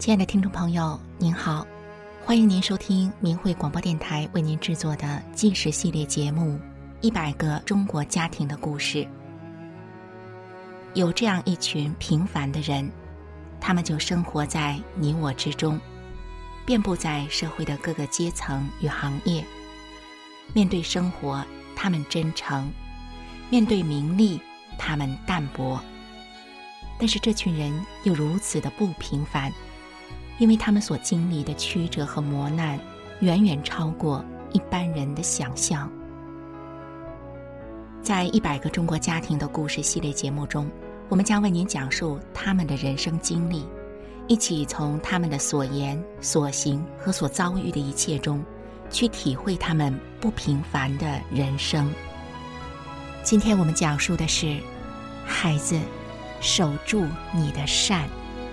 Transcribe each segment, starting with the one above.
亲爱的听众朋友您好，欢迎您收听明慧广播电台为您制作的纪实系列节目100个中国家庭的故事。有这样一群平凡的人，他们就生活在你我之中，遍布在社会的各个阶层与行业。面对生活，他们真诚；面对名利，他们淡泊。但是这群人又如此的不平凡，因为他们所经历的曲折和磨难远远超过一般人的想象。在100个中国家庭的故事系列节目中，我们将为您讲述他们的人生经历，一起从他们的所言所行和所遭遇的一切中去体会他们不平凡的人生。今天我们讲述的是孩子，守住你的善。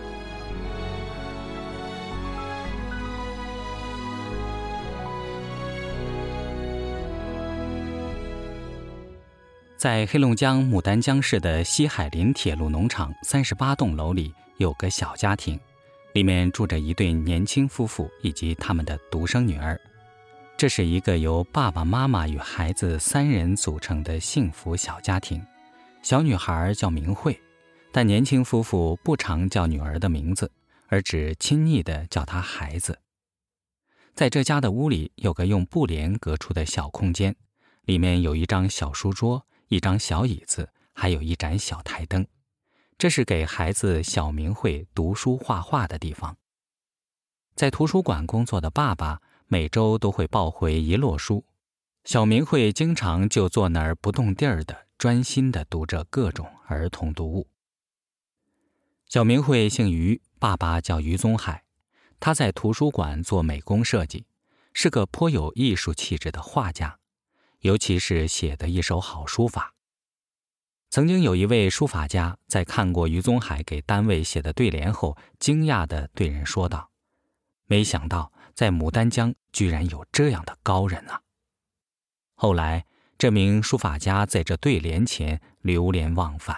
在黑龙江牡丹江市的西海林铁路农场38栋楼里有个小家庭，里面住着一对年轻夫妇以及他们的独生女儿。这是一个由爸爸妈妈与孩子3人组成的幸福小家庭。小女孩叫明慧，但年轻夫妇不常叫女儿的名字，而只亲昵地叫她孩子。在这家的屋里有个用布帘隔出的小空间，里面有一张小书桌，一张小椅子，还有一盏小台灯。这是给孩子小明慧读书画画的地方。在图书馆工作的爸爸每周都会抱回一摞书，小明慧经常就坐那儿不动地儿的专心地读着各种儿童读物。小明慧姓于，爸爸叫于宗海，他在图书馆做美工设计，是个颇有艺术气质的画家，尤其是写的一手好书法。曾经有一位书法家在看过于宗海给单位写的对联后，惊讶地对人说道：没想到在牡丹江居然有这样的高人啊！后来这名书法家在这对联前流连忘返。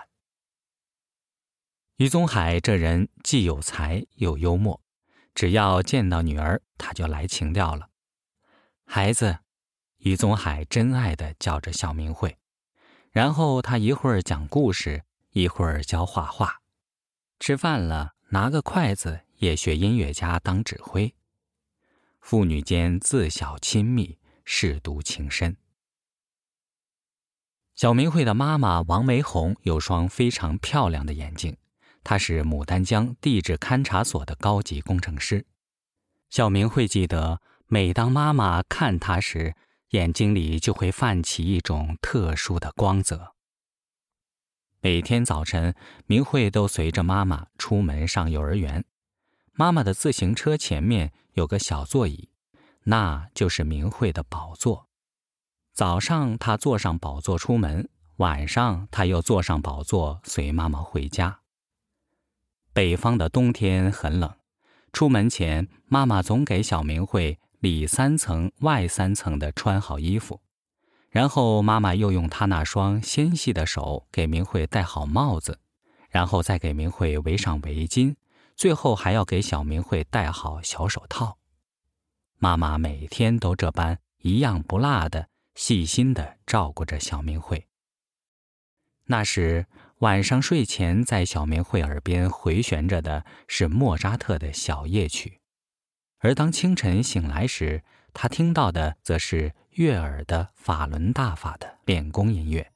于宗海这人既有才又幽默，只要见到女儿他就来情调了。孩子，于宗海真爱地叫着小明慧，然后他一会儿讲故事，一会儿教画画，吃饭了拿个筷子也学音乐家当指挥。父女间自小亲密，舐犊情深。小明慧的妈妈王梅红有双非常漂亮的眼睛，她是牡丹江地质勘察所的高级工程师。小明慧记得，每当妈妈看她时，眼睛里就会泛起一种特殊的光泽。每天早晨，明慧都随着妈妈出门上幼儿园。妈妈的自行车前面有个小座椅，那就是明慧的宝座。早上她坐上宝座出门，晚上她又坐上宝座随妈妈回家。北方的冬天很冷，出门前妈妈总给小明慧里3层外3层的穿好衣服，然后妈妈又用她那双纤细的手给明慧戴好帽子，然后再给明慧围上围巾，最后还要给小明慧戴好小手套。妈妈每天都这般一样不落的细心地照顾着小明慧。那时晚上睡前在小明慧耳边回旋着的是莫扎特的小夜曲，而当清晨醒来时，他听到的则是悦耳的法轮大法的练功音乐。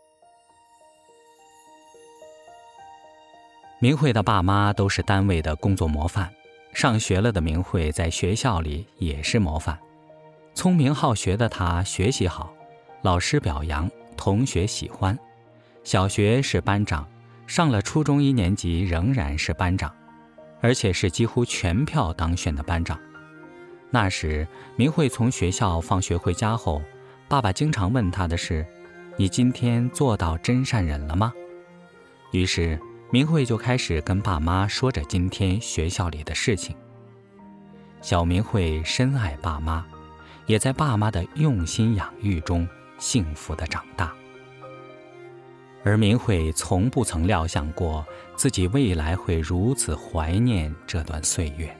明慧的爸妈都是单位的工作模范，上学了的明慧在学校里也是模范。聪明好学的她学习好，老师表扬，同学喜欢。小学是班长，上了初中1年级仍然是班长，而且是几乎全票当选的班长。那时明慧从学校放学回家后，爸爸经常问她的是：你今天做到真善忍了吗？于是明慧就开始跟爸妈说着今天学校里的事情。小明慧深爱爸妈，也在爸妈的用心养育中幸福地长大。 而明慧从不曾料想过自己未来会如此怀念这段岁月。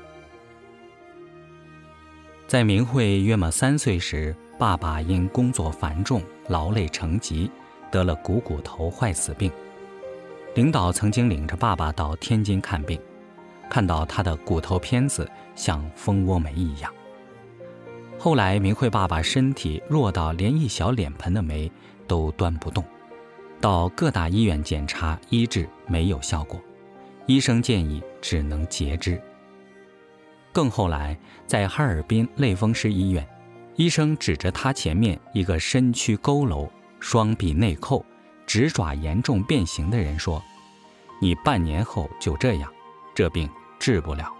在明慧约莫3岁时，爸爸因工作繁重，劳累成疾，得了股骨头坏死病。领导曾经领着爸爸到天津看病，看到他的骨头片子像蜂窝煤一样。后来明慧爸爸身体弱到连一小脸盆的煤都端不动，到各大医院检查医治没有效果，医生建议只能截肢。更后来在哈尔滨类风湿医院，医生指着他前面一个身躯佝偻、双臂内扣、指爪严重变形的人说：“你半年后就这样，这病治不了。”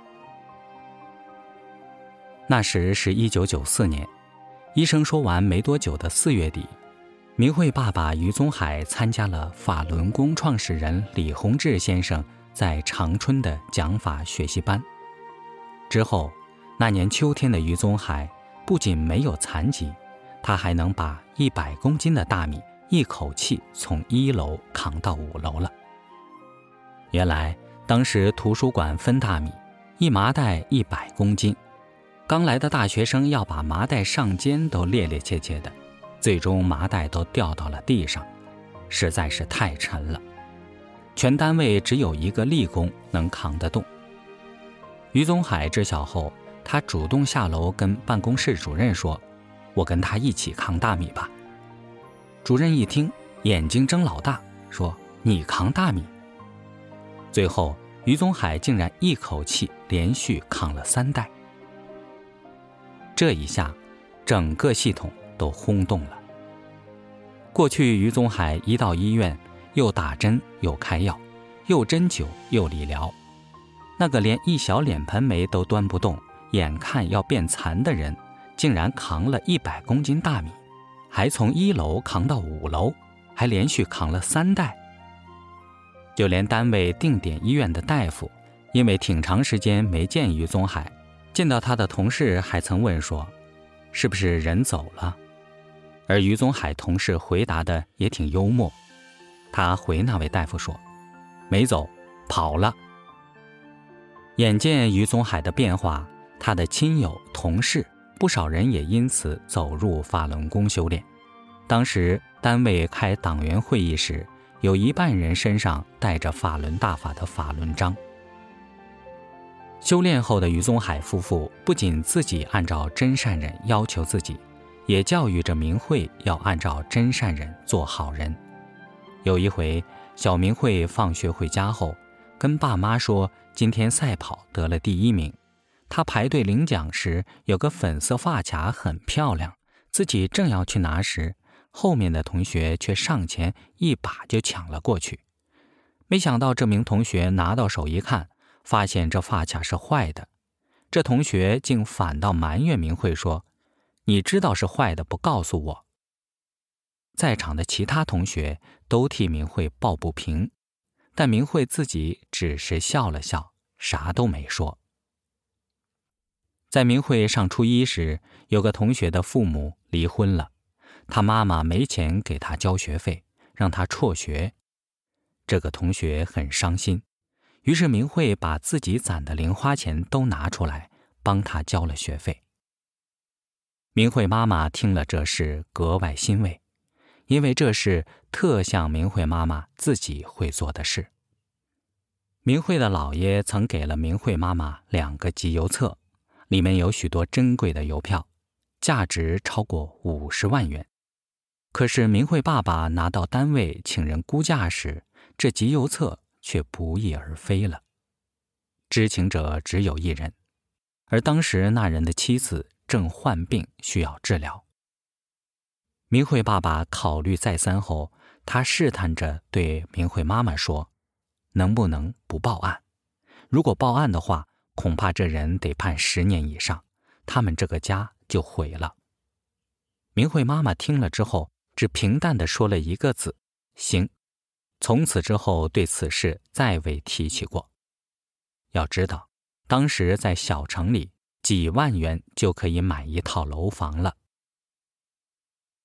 那时是1994年，医生说完没多久的4月底，明慧爸爸于宗海参加了法轮功创始人李洪志先生在长春的讲法学习班。之后，那年秋天的于宗海不仅没有残疾，他还能把100公斤的大米一口气从1楼扛到5楼了。原来当时图书馆分大米，一麻袋100公斤，刚来的大学生要把麻袋上肩都趔趔趄趄的，最终麻袋都掉到了地上，实在是太沉了。全单位只有1个力工能扛得动。于宗海知晓后，他主动下楼跟办公室主任说：“我跟他一起扛大米吧。”主任一听，眼睛睁老大，说：“你扛大米？”最后，于宗海竟然一口气连续扛了3袋。这一下，整个系统都轰动了。过去于宗海一到医院，又打针又开药，又针灸又理疗。那个连一小脸盆煤都端不动，眼看要变残的人，竟然扛了100公斤大米，还从1楼扛到5楼，还连续扛了3袋。就连单位定点医院的大夫，因为挺长时间没见于宗海，见到他的同事还曾问说：“是不是人走了？”而于宗海同事回答的也挺幽默，他回那位大夫说：“没走，跑了。”眼见于宗海的变化，他的亲友、同事不少人也因此走入法轮功修炼。当时单位开党员会议时，有1半人身上带着法轮大法的法轮章。修炼后的于宗海夫妇不仅自己按照真善忍要求自己，也教育着明慧要按照真善忍做好人。有一回，小明慧放学回家后，跟爸妈说今天赛跑得了第1名。她排队领奖时，有个粉色发卡很漂亮，自己正要去拿时，后面的同学却上前一把就抢了过去。没想到这名同学拿到手一看，发现这发卡是坏的。这同学竟反倒埋怨明慧说：“你知道是坏的不告诉我。”在场的其他同学都替明慧抱不平，但明慧自己只是笑了笑，啥都没说。在明慧上初1时，有个同学的父母离婚了，他妈妈没钱给他交学费，让他辍学。这个同学很伤心，于是明慧把自己攒的零花钱都拿出来，帮他交了学费。明慧妈妈听了这事格外欣慰，因为这是特像明慧妈妈自己会做的事。明慧的姥爷曾给了明慧妈妈2个集邮册，里面有许多珍贵的邮票，价值超过50万元。可是明慧爸爸拿到单位请人估价时，这集邮册却不翼而飞了。知情者只有1人，而当时那人的妻子正患病需要治疗。明慧爸爸考虑再三后，他试探着对明慧妈妈说：“能不能不报案？如果报案的话，恐怕这人得判10年以上，他们这个家就毁了。”明慧妈妈听了之后，只平淡地说了1个字：“行。”从此之后对此事再未提起过。要知道，当时在小城里，几万元就可以买1套楼房了。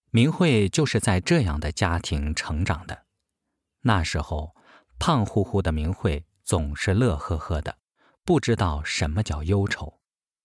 明慧就是在这样的家庭成长的。那时候，胖乎乎的明慧总是乐呵呵的，不知道什么叫忧愁。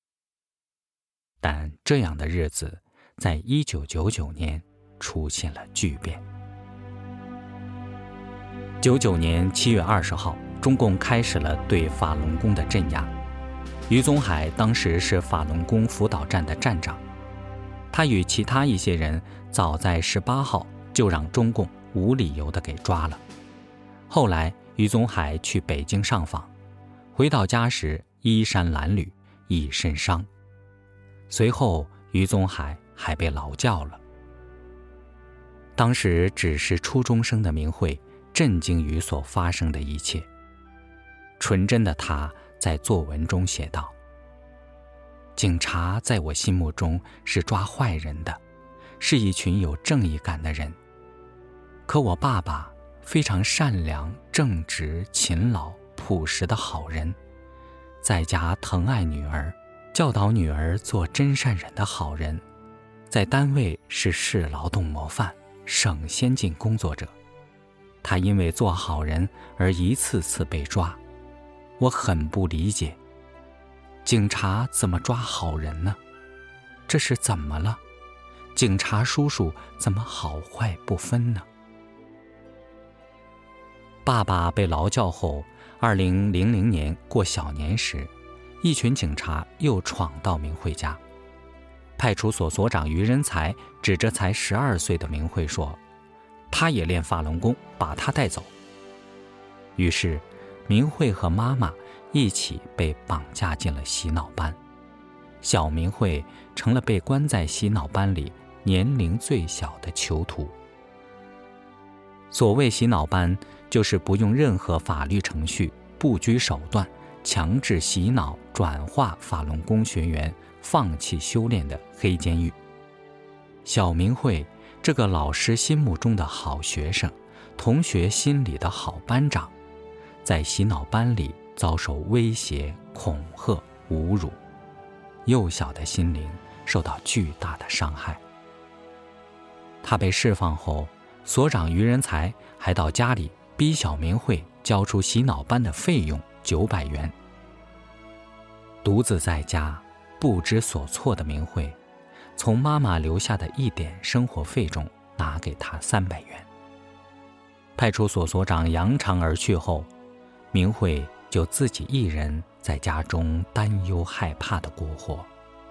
但这样的日子在1999年出现了巨变。99年7月20号，中共开始了对法轮功的镇压。于宗海当时是法轮功辅导站的站长，他与其他一些人早在18号就让中共无理由的给抓了。后来于宗海去北京上访，回到家时衣衫褴褛，一身伤。随后于宗海还被劳教了。当时只是初中生的明慧震惊于所发生的一切。纯真的他在作文中写道：警察在我心目中是抓坏人的，是一群有正义感的人。可我爸爸非常善良、正直、勤劳、朴实的好人，在家疼爱女儿，教导女儿做真善忍的好人，在单位是市劳动模范、省先进工作者。他因为做好人而一次次被抓，我很不理解，警察怎么抓好人呢？这是怎么了？警察叔叔怎么好坏不分呢？爸爸被劳教后，2000年过小年时，一群警察又闯到明慧家。派出所所长于仁才指着才12岁的明慧说：他也练法轮功，把他带走。于是明慧和妈妈一起被绑架进了洗脑班，小明慧成了被关在洗脑班里年龄最小的囚徒。所谓洗脑班，就是不用任何法律程序、不拘手段，强制洗脑转化法轮功学员放弃修炼的黑监狱。小明慧这个老师心目中的好学生，同学心里的好班长，在洗脑班里遭受威胁、恐吓、侮辱，幼小的心灵受到巨大的伤害。他被释放后，所长于仁才还到家里逼小明慧交出洗脑班的费用900元。独自在家不知所措的明慧，从妈妈留下的一点生活费中拿给他300元。派出所所长扬长而去后，明慧就自己一人在家中担忧害怕地过活。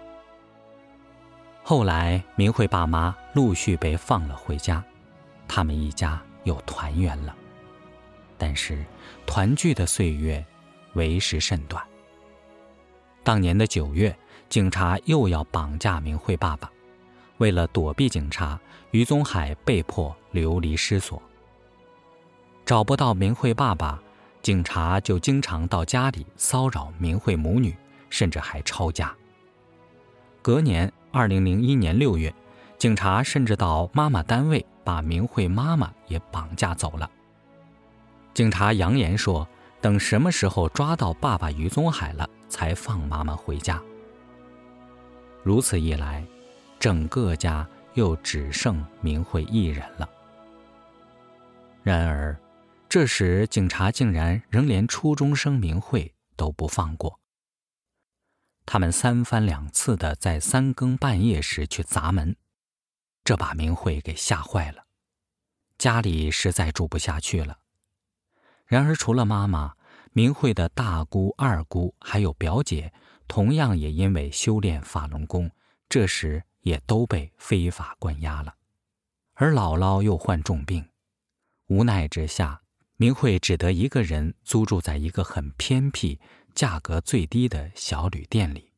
后来明慧爸妈陆续被放了回家，他们一家又团圆了。但是团聚的岁月为时甚短。当年的9月，警察又要绑架明慧爸爸，为了躲避警察，于宗海被迫流离失所。找不到明慧爸爸，警察就经常到家里骚扰明慧母女，甚至还抄家。隔年2001年6月，警察甚至到妈妈单位把明慧妈妈也绑架走了。警察扬言说，等什么时候抓到爸爸于宗海了，才放妈妈回家。如此一来，整个家又只剩明慧一人了。然而，这时警察竟然仍连初中生明慧都不放过。他们3番2次的在3更半夜时去砸门，这把明慧给吓坏了，家里实在住不下去了。然而除了妈妈，明慧的大姑、二姑还有表姐，同样也因为修炼法轮功，这时也都被非法关押了。而姥姥又患重病，无奈之下，明慧只得一个人租住在一个很偏僻、价格最低的小旅店里。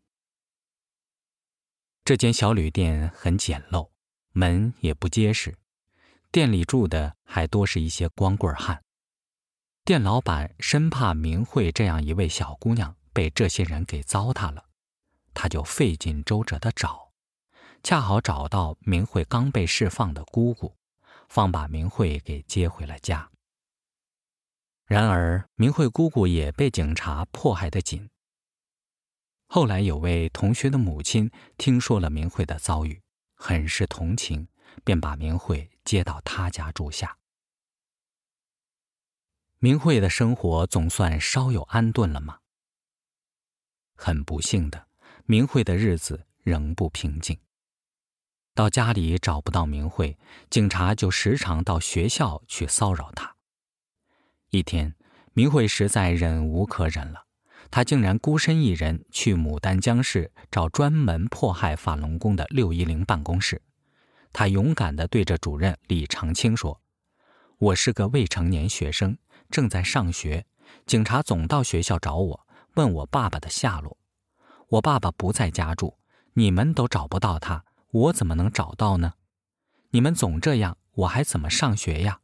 这间小旅店很简陋，门也不结实，店里住的还多是一些光棍汉。店老板生怕明慧这样一位小姑娘被这些人给糟蹋了，他就费尽周折地找，恰好找到明慧刚被释放的姑姑，方把明慧给接回了家。然而明慧姑姑也被警察迫害得紧。后来有位同学的母亲听说了明慧的遭遇，很是同情， 便把明慧接到他家住下。明慧的生活总算稍有安顿了吗？很不幸的，明慧的日子仍不平静。到家里找不到明慧，警察就时常到学校去骚扰她。一天，明慧实在忍无可忍了，她竟然孤身一人去牡丹江市找专门迫害法轮功的610办公室。她勇敢地对着主任李长青说：“我是个未成年学生，正在上学，警察总到学校找我，问我爸爸的下落。我爸爸不在家住，你们都找不到他，我怎么能找到呢？你们总这样，我还怎么上学呀？”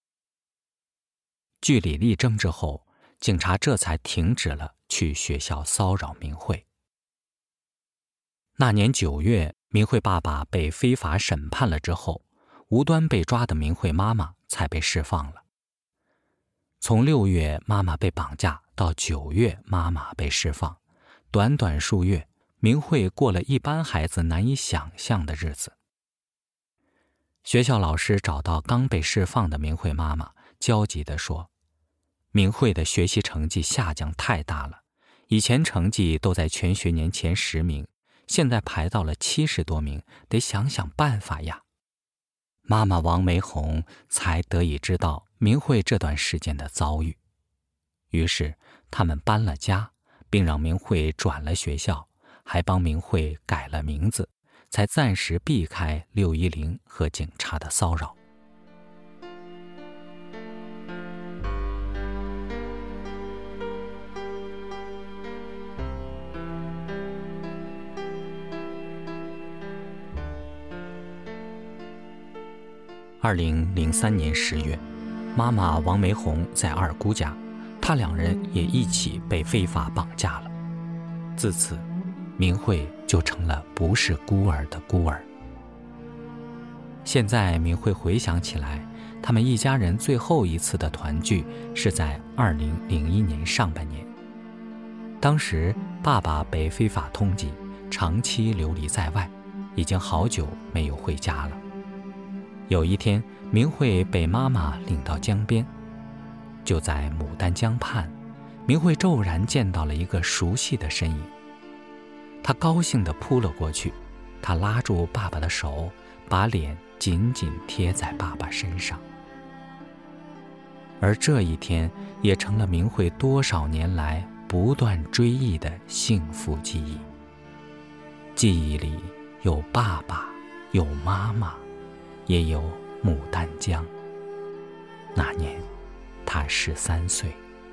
据理力争之后，警察这才停止了去学校骚扰明慧。那年9月，明慧爸爸被非法审判了之后，无端被抓的明慧妈妈才被释放了。从6月妈妈被绑架到9月妈妈被释放，短短数月，明慧过了一般孩子难以想象的日子。学校老师找到刚被释放的明慧妈妈，焦急地说：“明慧的学习成绩下降太大了，以前成绩都在全学年前10名，现在排到了70多名，得想想办法呀。”妈妈王梅红才得以知道明慧这段时间的遭遇，于是他们搬了家，并让明慧转了学校，还帮明慧改了名字，才暂时避开610和警察的骚扰。2003年10月，妈妈王梅红在二姑家，她2人也一起被非法绑架了。自此，明慧就成了不是孤儿的孤儿。现在明慧回想起来，他们一家人最后一次的团聚是在2001年上半年。当时爸爸被非法通缉，长期流离在外，已经好久没有回家了。有一天，明慧被妈妈领到江边，就在牡丹江畔，明慧骤然见到了一个熟悉的身影。她高兴地扑了过去，她拉住爸爸的手，把脸紧紧贴在爸爸身上。而这一天也成了明慧多少年来不断追忆的幸福记忆。记忆里有爸爸，有妈妈，也有牡丹江。那年他13岁。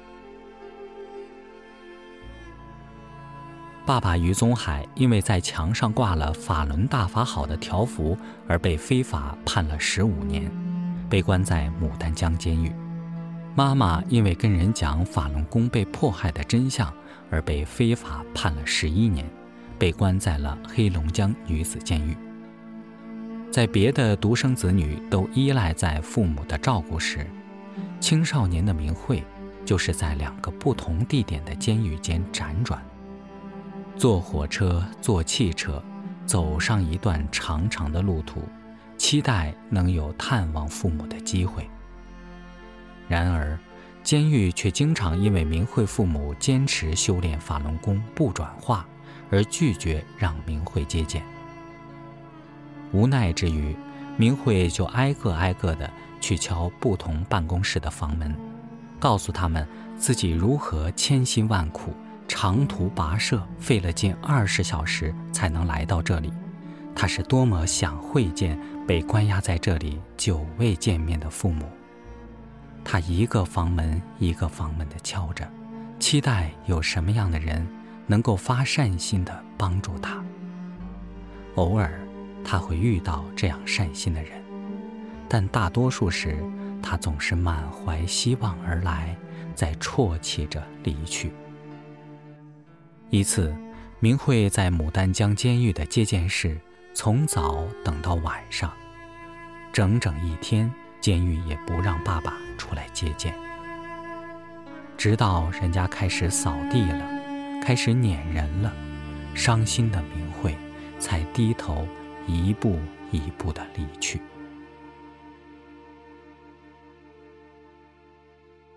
爸爸于宗海因为在墙上挂了法轮大法好的条幅而被非法判了15年，被关在牡丹江监狱。妈妈因为跟人讲法轮功被迫害的真相而被非法判了11年，被关在了黑龙江女子监狱。在别的独生子女都依赖在父母的照顾时，青少年的明慧就是在2个不同地点的监狱间辗转，坐火车，坐汽车，走上一段长长的路途，期待能有探望父母的机会。然而，监狱却经常因为明慧父母坚持修炼法轮功不转化，而拒绝让明慧接见。无奈之余，明慧就挨个的去敲不同办公室的房门，告诉他们自己如何千辛万苦，长途跋涉，费了近20小时才能来到这里。他是多么想会见被关押在这里久未见面的父母。他一个房门一个房门地敲着，期待有什么样的人能够发善心地帮助他。偶尔他会遇到这样善心的人，但大多数时他总是满怀希望而来，在啜泣着离去。一次，明慧在牡丹江监狱的接见室从早等到晚上，整整1天，监狱也不让爸爸出来接见。直到人家开始扫地了，开始撵人了，伤心的明慧才低头一步一步地离去。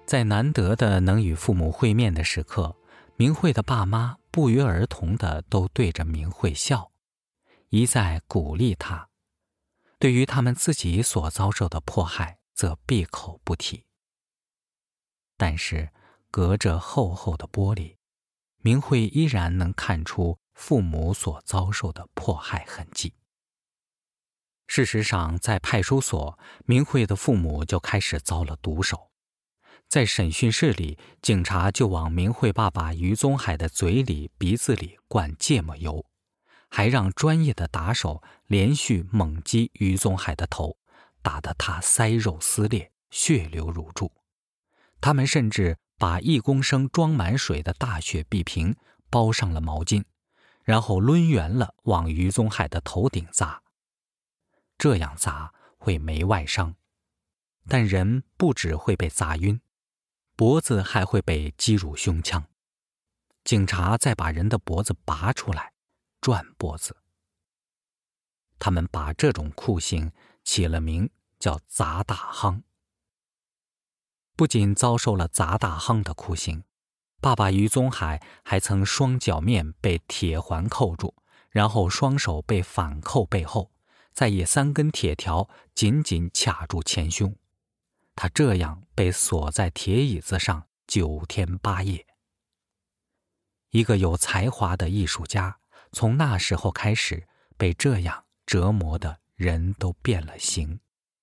在难得的能与父母会面的时刻，明慧的爸妈不约而同地都对着明慧笑，一再鼓励她。对于他们自己所遭受的迫害，则闭口不提。但是隔着厚厚的玻璃，明慧依然能看出父母所遭受的迫害痕迹。事实上，在派出所，明慧的父母就开始遭了毒手。在审讯室里，警察就往明慧爸爸于宗海的嘴里、鼻子里灌芥末油，还让专业的打手连续猛击于宗海的头，打得他腮肉撕裂，血流如注。他们甚至把1公升装满水的大雪碧瓶包上了毛巾，然后抡圆了往于宗海的头顶砸。这样砸会没外伤，但人不只会被砸晕，脖子还会被击入胸腔。警察再把人的脖子拔出来，转脖子。他们把这种酷刑起了名叫砸大夯。不仅遭受了砸大夯的酷刑，爸爸于宗海还曾双脚面被铁环扣住，然后双手被反扣背后，再以3根铁条紧紧卡住前胸。他这样被锁在铁椅子上9天8夜。一个有才华的艺术家，从那时候开始被这样折磨的人都变了形。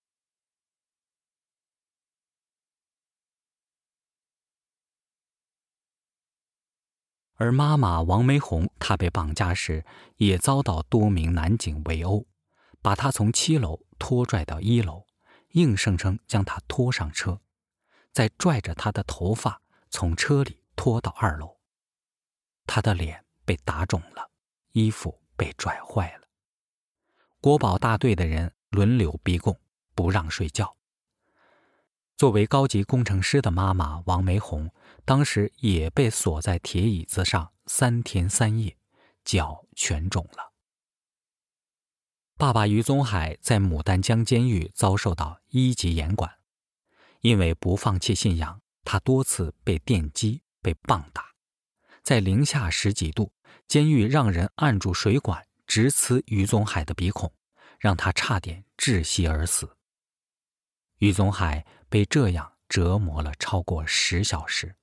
而妈妈王梅红，她被绑架时也遭到多名男警围殴，把她从7楼拖拽到1楼，硬生生将她拖上车，再拽着她的头发从车里拖到2楼。她的脸被打肿了，衣服被拽坏了。国保大队的人轮流逼供，不让睡觉。作为高级工程师的妈妈王梅红，当时也被锁在铁椅子上3天3夜，脚全肿了。爸爸于宗海在牡丹江监狱遭受到1级严管，因为不放弃信仰，他多次被电击、被棒打。在零下10几度，监狱让人按住水管直呲于宗海的鼻孔，让他差点窒息而死。于宗海被这样折磨了超过10小时。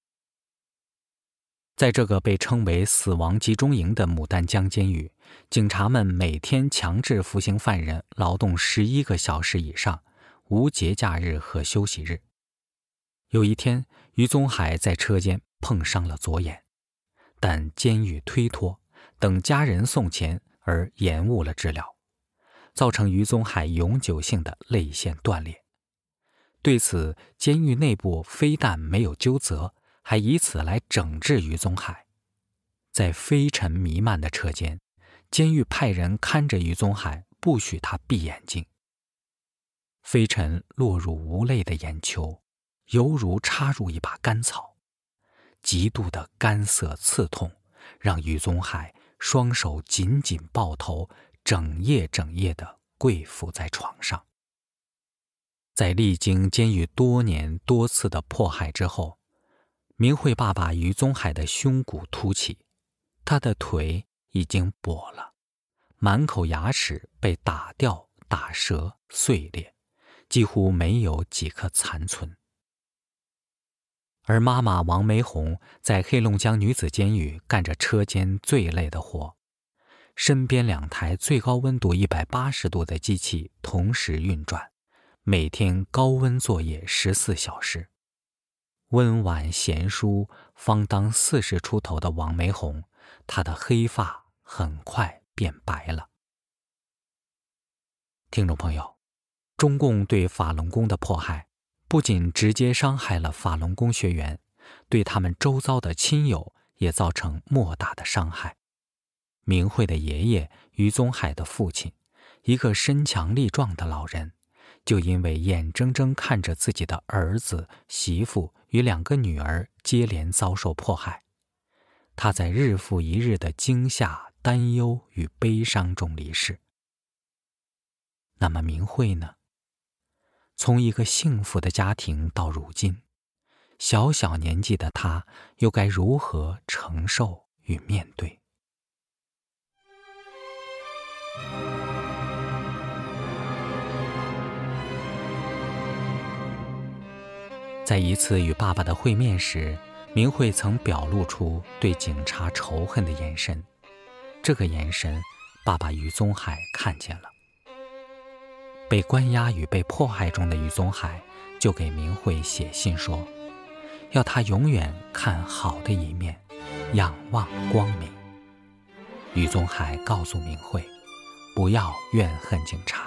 在这个被称为死亡集中营的牡丹江监狱，警察们每天强制服刑犯人劳动11个小时以上，无节假日和休息日。有一天，于宗海在车间碰伤了左眼，但监狱推脱，等家人送钱而延误了治疗，造成于宗海永久性的泪腺断裂。对此，监狱内部非但没有纠责，还以此来整治于宗海。在飞尘弥漫的车间，监狱派人看着于宗海，不许他闭眼睛。飞尘落入无泪的眼球，犹如插入一把干草，极度的干涩刺痛，让于宗海双手紧紧抱头，整夜地跪伏在床上。在历经监狱多年多次的迫害之后，明慧爸爸于宗海的胸骨凸起，他的腿已经跛了，满口牙齿被打掉、打折、碎裂，几乎没有几颗残存。而妈妈王梅红在黑龙江女子监狱干着车间最累的活，身边2台最高温度180度的机器同时运转，每天高温作业14小时。温婉贤淑，方当40出头的王梅红，她的黑发很快变白了。听众朋友，中共对法轮功的迫害，不仅直接伤害了法轮功学员，对他们周遭的亲友也造成莫大的伤害。明慧的爷爷于宗海的父亲，一个身强力壮的老人，就因为眼睁睁看着自己的儿子、媳妇与2个女儿接连遭受迫害，他在日复一日的惊吓、担忧与悲伤中离世。那么明慧呢？从一个幸福的家庭到如今， 小小年纪的她又该如何承受与面对？在一次与爸爸的会面时，明慧曾表露出对警察仇恨的眼神。这个眼神，爸爸于宗海看见了。被关押与被迫害中的于宗海就给明慧写信说，要他永远看好的一面，仰望光明。于宗海告诉明慧，不要怨恨警察。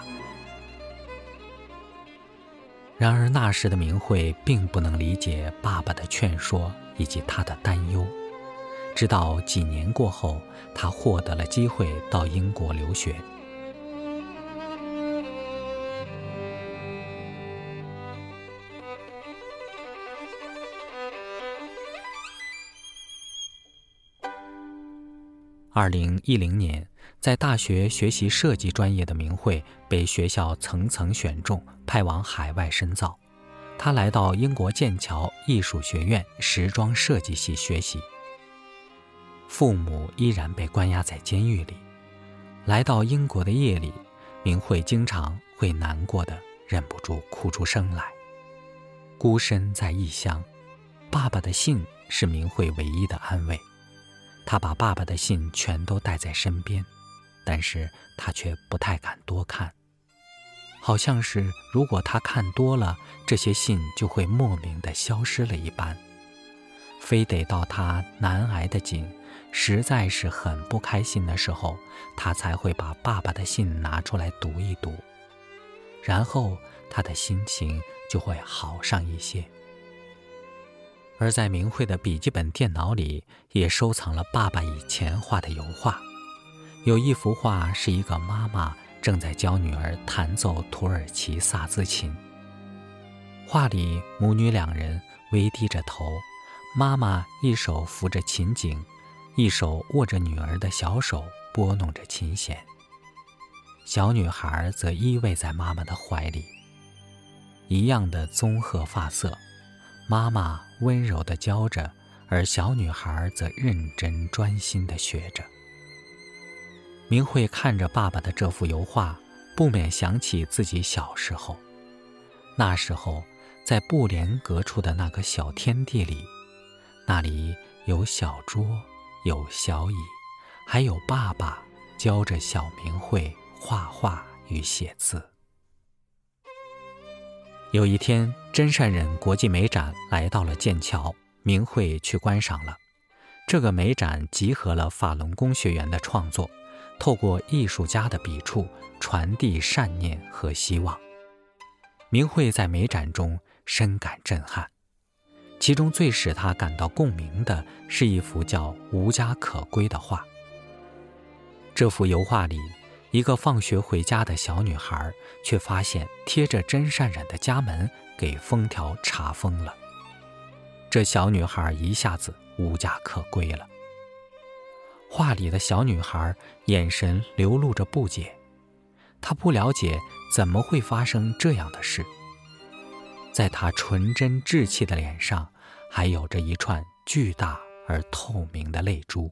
然而那时的明慧并不能理解爸爸的劝说以及他的担忧，直到几年过后，他获得了机会到英国留学。2010年，在大学学习设计专业的明慧被学校层层选中，派往海外深造。她来到英国剑桥艺术学院时装设计系学习。父母依然被关押在监狱里。来到英国的夜里，明慧经常会难过的忍不住哭出声来。孤身在异乡，爸爸的信是明慧唯一的安慰。他把爸爸的信全都带在身边，但是他却不太敢多看，好像是如果他看多了，这些信就会莫名地消失了一般。非得到他难挨得紧，实在是很不开心的时候，他才会把爸爸的信拿出来读一读，然后他的心情就会好上一些。而在明慧的笔记本电脑里也收藏了爸爸以前画的油画。有一幅画是一个妈妈正在教女儿弹奏土耳其萨兹琴。画里母女两人微低着头，妈妈一手扶着琴颈，一手握着女儿的小手拨弄着琴弦，小女孩则依偎在妈妈的怀里。一样的棕褐发色，妈妈温柔地教着，而小女孩则认真专心地学着。明慧看着爸爸的这幅油画，不免想起自己小时候。那时候，在布帘隔出的那个小天地里，那里有小桌，有小椅，还有爸爸教着小明慧画画与写字。有一天，真善忍国际美展来到了剑桥，明慧去观赏了。这个美展集合了法轮功学员的创作，透过艺术家的笔触传递善念和希望。明慧在美展中深感震撼，其中最使她感到共鸣的是一幅叫《无家可归》的画。这幅油画里，一个放学回家的小女孩却发现贴着真善忍的家门给封条查封了。这小女孩一下子无家可归了。画里的小女孩眼神流露着不解，她不了解怎么会发生这样的事。在她纯真稚气的脸上还有着一串巨大而透明的泪珠。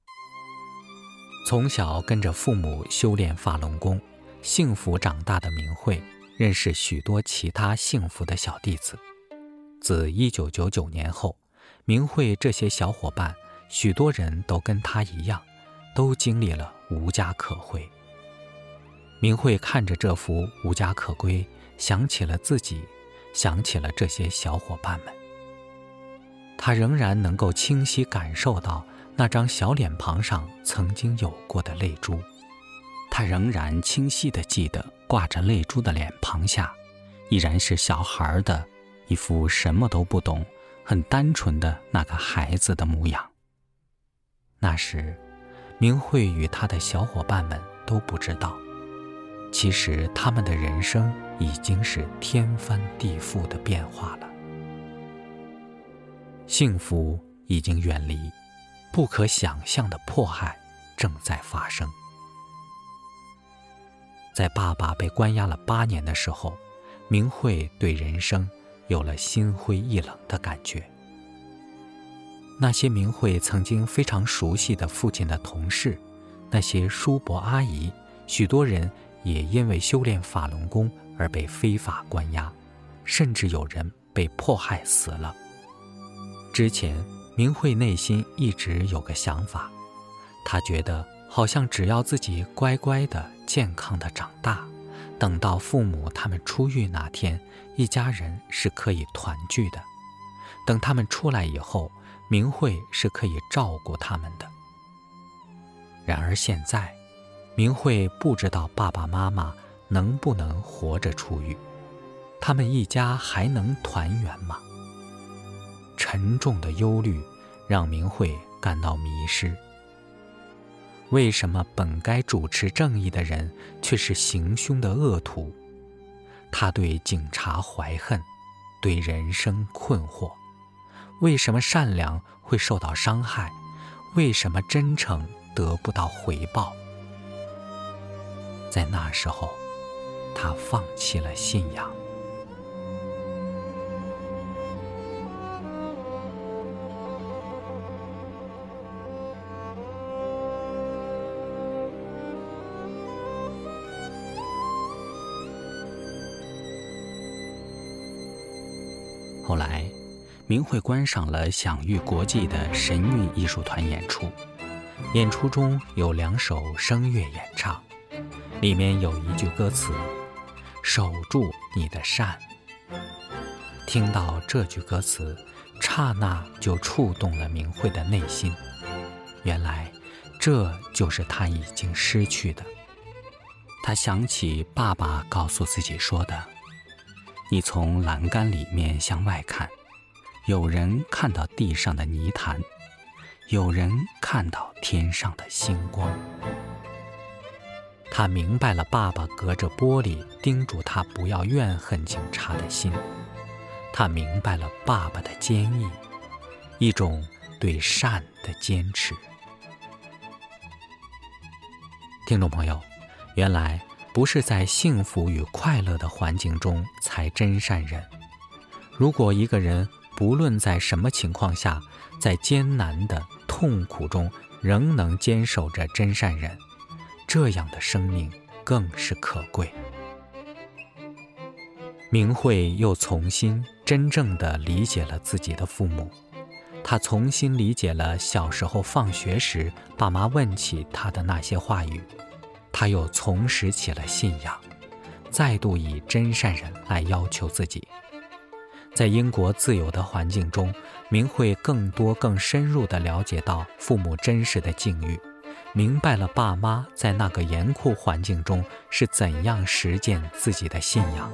从小跟着父母修炼法轮功，幸福长大的明慧认识许多其他幸福的小弟子。自1999年后，明慧这些小伙伴许多人都跟他一样，都经历了无家可归。明慧看着这幅无家可归，想起了自己，想起了这些小伙伴们。他仍然能够清晰感受到那张小脸庞上曾经有过的泪珠，他仍然清晰地记得挂着泪珠的脸庞下，依然是小孩的一副什么都不懂、很单纯的那个孩子的模样。那时，明慧与他的小伙伴们都不知道，其实他们的人生已经是天翻地覆的变化了。幸福已经远离，不可想象的迫害正在发生。在爸爸被关押了8年的时候，明慧对人生有了心灰意冷的感觉。 那些明慧曾经非常熟悉的父亲的同事，那些叔伯阿姨，许多人也因为修炼法轮功而被非法关押，甚至有人被迫害死了。之前明慧内心一直有个想法，她觉得好像只要自己乖乖的健康的长大，等到父母他们出狱那天，一家人是可以团聚的。等他们出来以后，明慧是可以照顾他们的。然而现在，明慧不知道爸爸妈妈能不能活着出狱，他们一家还能团圆吗？沉重的忧虑让明慧感到迷失。为什么本该主持正义的人却是行凶的恶徒？他对警察怀恨，对人生困惑。为什么善良会受到伤害？为什么真诚得不到回报？在那时候，他放弃了信仰。后来明慧观赏了享誉国际的神韵艺术团演出，演出中有2首声乐演唱，里面有一句歌词：守住你的善。听到这句歌词，刹那就触动了明慧的内心，原来这就是他已经失去的。他想起爸爸告诉自己说的：你从栏杆里面向外看，有人看到地上的泥潭，有人看到天上的星光。他明白了爸爸隔着玻璃叮嘱他不要怨恨警察的心，他明白了爸爸的坚毅，一种对善的坚持。听众朋友，原来不是在幸福与快乐的环境中才真善人。如果一个人不论在什么情况下，在艰难的痛苦中仍能坚守着真善人，这样的生命更是可贵。明慧又重新真正地理解了自己的父母，她重新理解了小时候放学时爸妈问起她的那些话语，她又重拾起了信仰，再度以真善人来要求自己。在英国自由的环境中，明慧更多更深入地了解到父母真实的境遇，明白了爸妈在那个严酷环境中是怎样实践自己的信仰。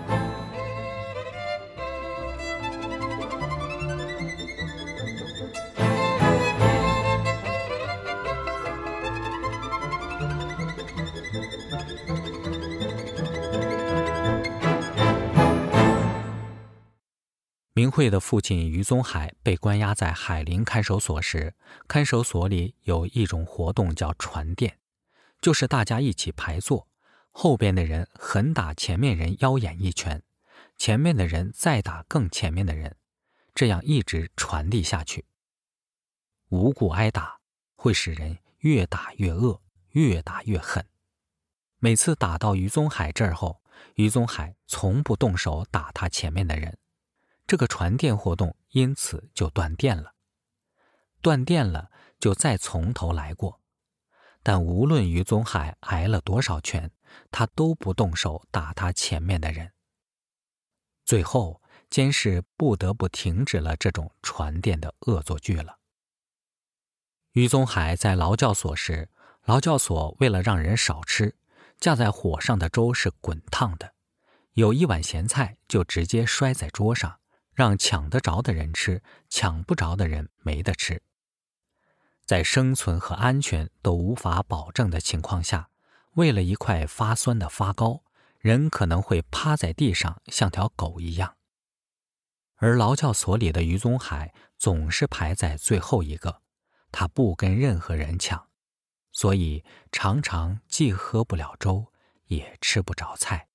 明慧的父亲于宗海被关押在海林看守所时，看守所里有一种活动叫传电，就是大家一起排坐，后边的人狠打前面人腰眼一拳，前面的人再打更前面的人，这样一直传递下去。无故挨打会使人越打越恶，越打越狠。每次打到于宗海这儿后，于宗海从不动手打他前面的人，这个传电活动因此就断电了。断电了就再从头来过，但无论于宗海挨了多少拳，他都不动手打他前面的人。最后监视不得不停止了这种传电的恶作剧了。于宗海在劳教所时，劳教所为了让人少吃，架在火上的粥是滚烫的，有一碗咸菜就直接摔在桌上，让抢得着的人吃，抢不着的人没得吃。在生存和安全都无法保证的情况下，为了一块发酸的发糕，人可能会趴在地上像条狗一样。而劳教所里的于宗海总是排在最后一个，他不跟任何人抢，所以常常既喝不了粥，也吃不着菜。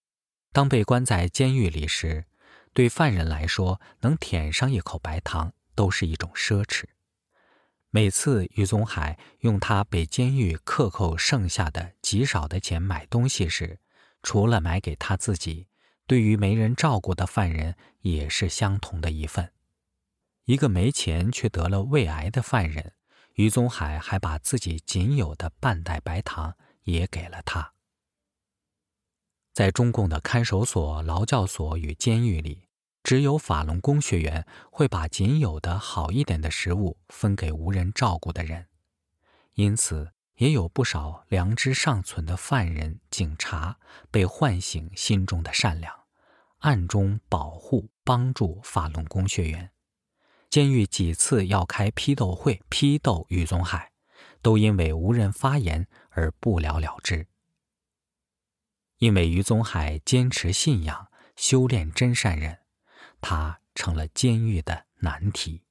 当被关在监狱里时，对犯人来说，能舔上一口白糖都是一种奢侈。每次于宗海用他被监狱克扣剩下的极少的钱买东西时，除了买给他自己，对于没人照顾的犯人也是相同的一份。一个没钱却得了胃癌的犯人，于宗海还把自己仅有的半袋白糖也给了他。在中共的看守所、劳教所与监狱里，只有法轮功学员会把仅有的好一点的食物分给无人照顾的人，因此也有不少良知尚存的犯人、警察被唤醒心中的善良，暗中保护、帮助法轮功学员。监狱几次要开批斗会批斗于宗海，都因为无人发言而不了了之。因为于宗海坚持信仰，修炼真善忍，他成了监狱的难题。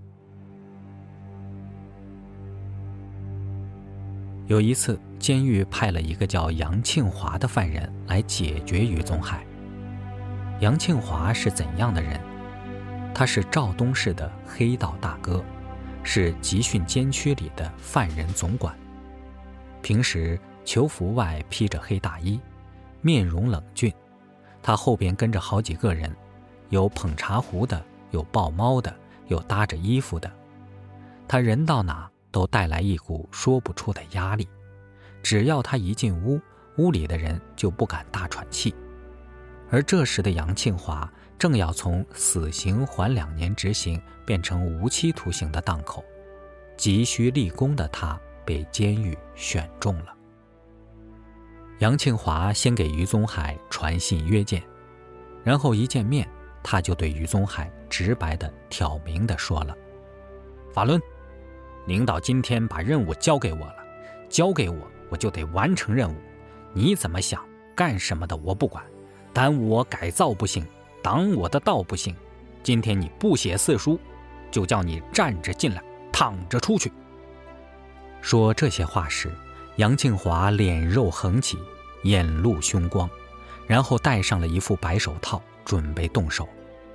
有一次，监狱派了一个叫杨庆华的犯人来解决于宗海。杨庆华是怎样的人？他是肇东市的黑道大哥，是集训监区里的犯人总管。平时囚服外披着黑大衣，面容冷峻，他后边跟着好几个人，有捧茶壶的，有抱猫的，有搭着衣服的。他人到哪都带来一股说不出的压力，只要他一进屋，屋里的人就不敢大喘气。而这时的杨庆华正要从死刑缓2年执行变成无期徒刑的档口，急需立功的他被监狱选中了。杨庆华先给于宗海传信约见，然后一见面，他就对于宗海直白地挑明地说了：法轮，领导今天把任务交给我了，交给我，我就得完成任务。你怎么想，干什么的我不管，耽误我改造不行，挡我的道不行。今天你不写4书，就叫你站着进来，躺着出去。说这些话时，杨庆华脸肉横起，眼露凶光，然后戴上了一副白手套，准备动手。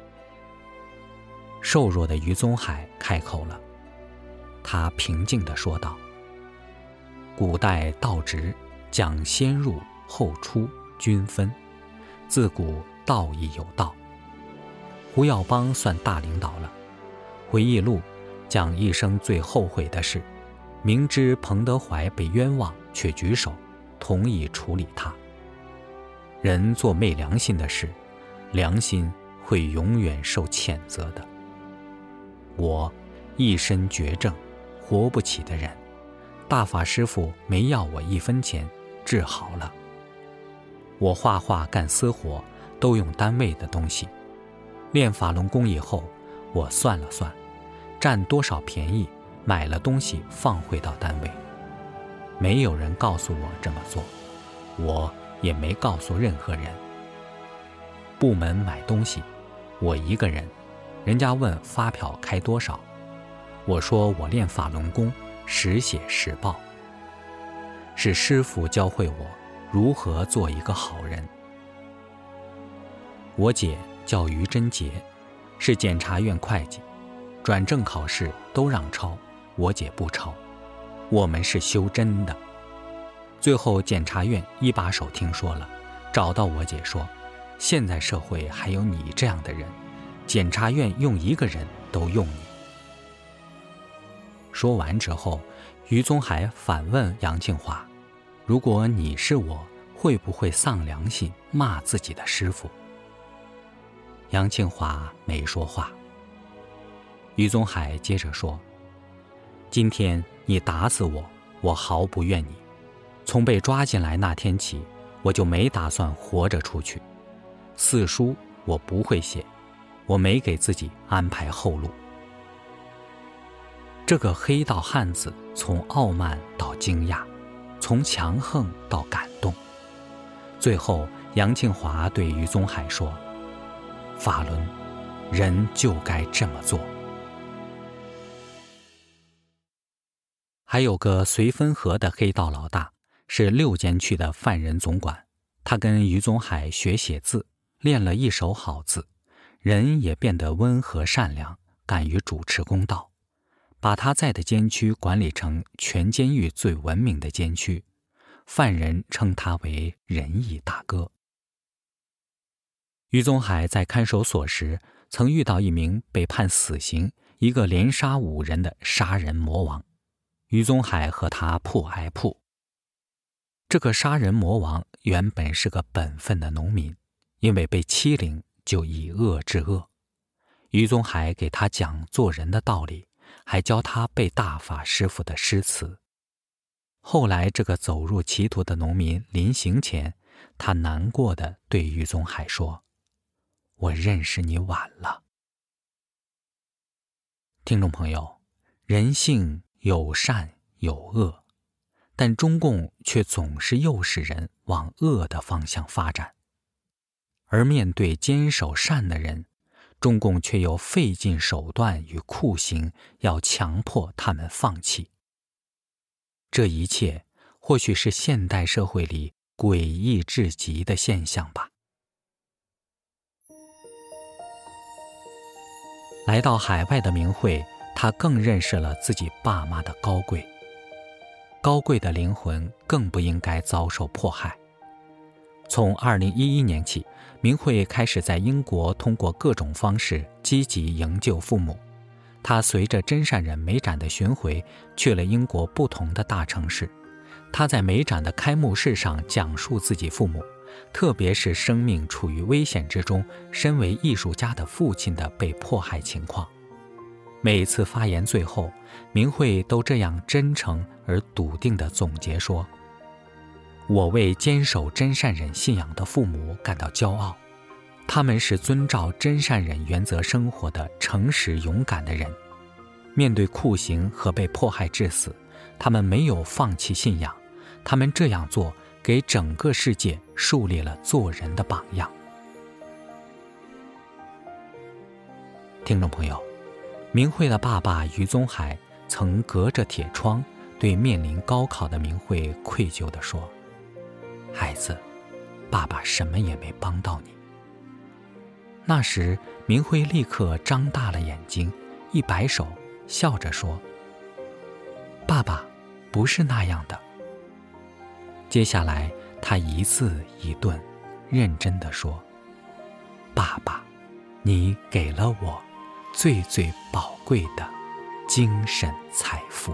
瘦弱的于宗海开口了，他平静地说道：古代道直讲先入后出，均分，自古道义有道。胡耀邦算大领导了，回忆录讲一生最后悔的事，明知彭德怀被冤枉，却举手同意处理他。人做昧良心的事，良心会永远受谴责的。我一身绝症，活不起的人，大法师父没要我1分钱，治好了。我画画干私活都用单位的东西，练法轮功以后，我算了算，占多少便宜，买了东西放回到单位。没有人告诉我这么做，我也没告诉任何人。部门买东西，我一个人，人家问发票开多少，我说我练法轮功，实写实报。是师父教会我如何做一个好人。我姐叫于贞杰，是检察院会计，转正考试都让抄，我姐不抄。我们是修真的。最后检察院一把手听说了，找到我姐说，现在社会还有你这样的人，检察院用1个人都用你。说完之后，于宗海反问杨庆华，如果你是我，会不会丧良心骂自己的师父？杨庆华没说话。于宗海接着说，今天你打死我，我毫不怨你。从被抓进来那天起，我就没打算活着出去。4书我不会写，我没给自己安排后路。这个黑道汉子从傲慢到惊讶，从强横到感动。最后杨庆华对于宗海说，法轮，人就该这么做。还有个绥芬河的黑道老大，是6监区的犯人总管，他跟于宗海学写字，练了一手好字，人也变得温和善良， 敢于主持公道，把他在的监区管理成全监狱最文明的监区，犯人称他为仁义大哥。于宗海在看守所时，曾遇到一名被判死刑、一个连杀5人的杀人魔王。于宗海和他扑挨扑。这个杀人魔王原本是个本分的农民，因为被欺凌，就以恶制恶。于宗海给他讲做人的道理，还教他背大法师傅的诗词。后来这个走入歧途的农民临行前，他难过地对于宗海说：我认识你晚了。听众朋友，人性有善有恶，但中共却总是诱使人往恶的方向发展。而面对坚守善的人，中共却又费尽手段与酷刑，要强迫他们放弃。这一切或许是现代社会里诡异至极的现象吧。来到海外的明慧，他更认识了自己爸妈的高贵。高贵的灵魂更不应该遭受迫害。从2011年起，明慧开始在英国通过各种方式积极营救父母。他随着真善忍美展的巡回，去了英国不同的大城市。他在美展的开幕式上讲述自己父母，特别是生命处于危险之中，身为艺术家的父亲的被迫害情况。每次发言最后，明慧都这样真诚而笃定地总结说：我为坚守真善忍信仰的父母感到骄傲，他们是遵照真善忍原则生活的诚实勇敢的人。面对酷刑和被迫害致死，他们没有放弃信仰，他们这样做给整个世界树立了做人的榜样。听众朋友，明慧的爸爸于宗海曾隔着铁窗对面临高考的明慧愧疚地说：孩子，爸爸什么也没帮到你。那时明慧立刻张大了眼睛，一摆手，笑着说：爸爸不是那样的。接下来他一字一顿认真地说：爸爸，你给了我最最宝贵的精神财富。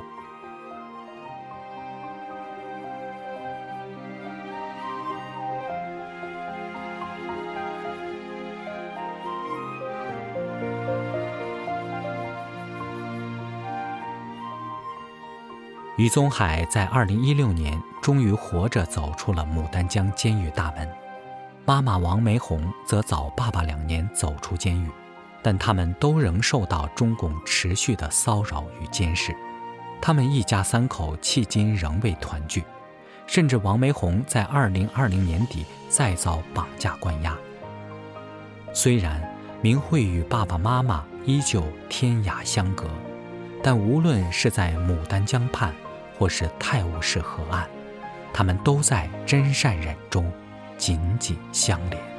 于宗海在2016年终于活着走出了牡丹江监狱大门，妈妈王梅红则早爸爸2年走出监狱，但他们都仍受到中共持续的骚扰与监视。他们一家3口迄今仍未团聚，甚至王梅红在2020年底再遭绑架关押。虽然明慧与爸爸妈妈依旧天涯相隔，但无论是在牡丹江畔或是泰晤士河岸，他们都在真善忍中紧紧相连。